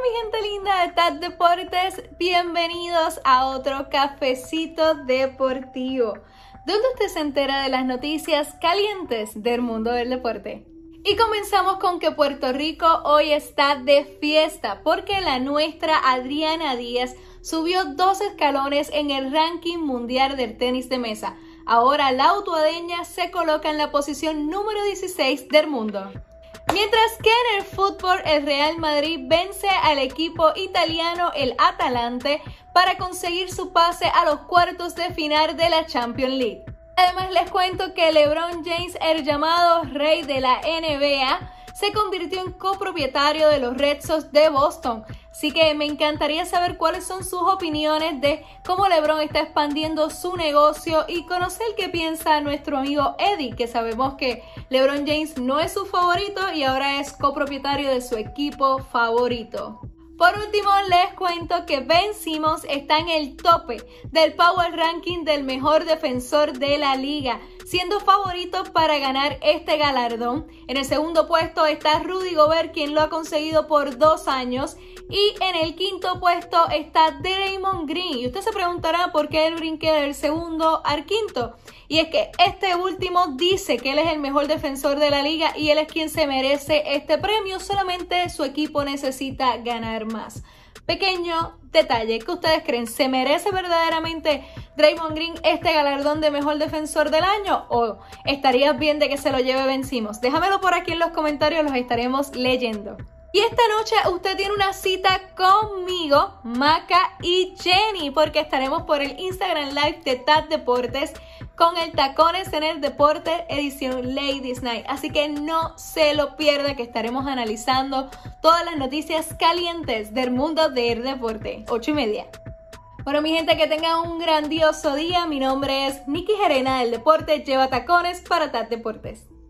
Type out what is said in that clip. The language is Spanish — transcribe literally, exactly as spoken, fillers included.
mi gente linda de TAD Deportes, bienvenidos a otro cafecito deportivo, donde usted se entera de las noticias calientes del mundo del deporte. Y comenzamos con que Puerto Rico hoy está de fiesta porque la nuestra Adriana Díaz subió dos escalones en el ranking mundial del tenis de mesa. Ahora la utuadeña se coloca en la posición número dieciséis del mundo. Mientras que en el fútbol el Real Madrid vence al equipo italiano el Atalante para conseguir su pase a los cuartos de final de la Champions League. Además les cuento que LeBron James, el llamado rey de la N B A, se convirtió en copropietario de los Red Sox de Boston. Así que me encantaría saber cuáles son sus opiniones de cómo LeBron está expandiendo su negocio y conocer qué piensa nuestro amigo Eddie, que sabemos que LeBron James no es su favorito y ahora es copropietario de su equipo favorito. Por último, les cuento que Ben Simmons está en el tope del Power Ranking del mejor defensor de la liga, siendo favorito para ganar este galardón. En el segundo puesto está Rudy Gobert, quien lo ha conseguido por dos años. Y en el quinto puesto está Draymond Green. Y usted se preguntará por qué él brinque del segundo al quinto. Y es que este último dice que él es el mejor defensor de la liga y él es quien se merece este premio. Solamente su equipo necesita ganar más. Pequeño detalle, ¿qué ustedes creen? ¿Se merece verdaderamente Draymond Green este galardón de mejor defensor del año? ¿O estarías bien de que se lo lleve Ben Simmons? Déjamelo por aquí en los comentarios, los estaremos leyendo. Y esta noche usted tiene una cita conmigo, Maca y Jenny, porque estaremos por el Instagram Live de TAD Deportes con el Tacones en el Deporte edición Ladies Night. Así que no se lo pierda, que estaremos analizando todas las noticias calientes del mundo del deporte. Ocho y media. Bueno, mi gente, que tengan un grandioso día. Mi nombre es Nikki Gerena del Deporte. Lleva tacones para TAD Deportes.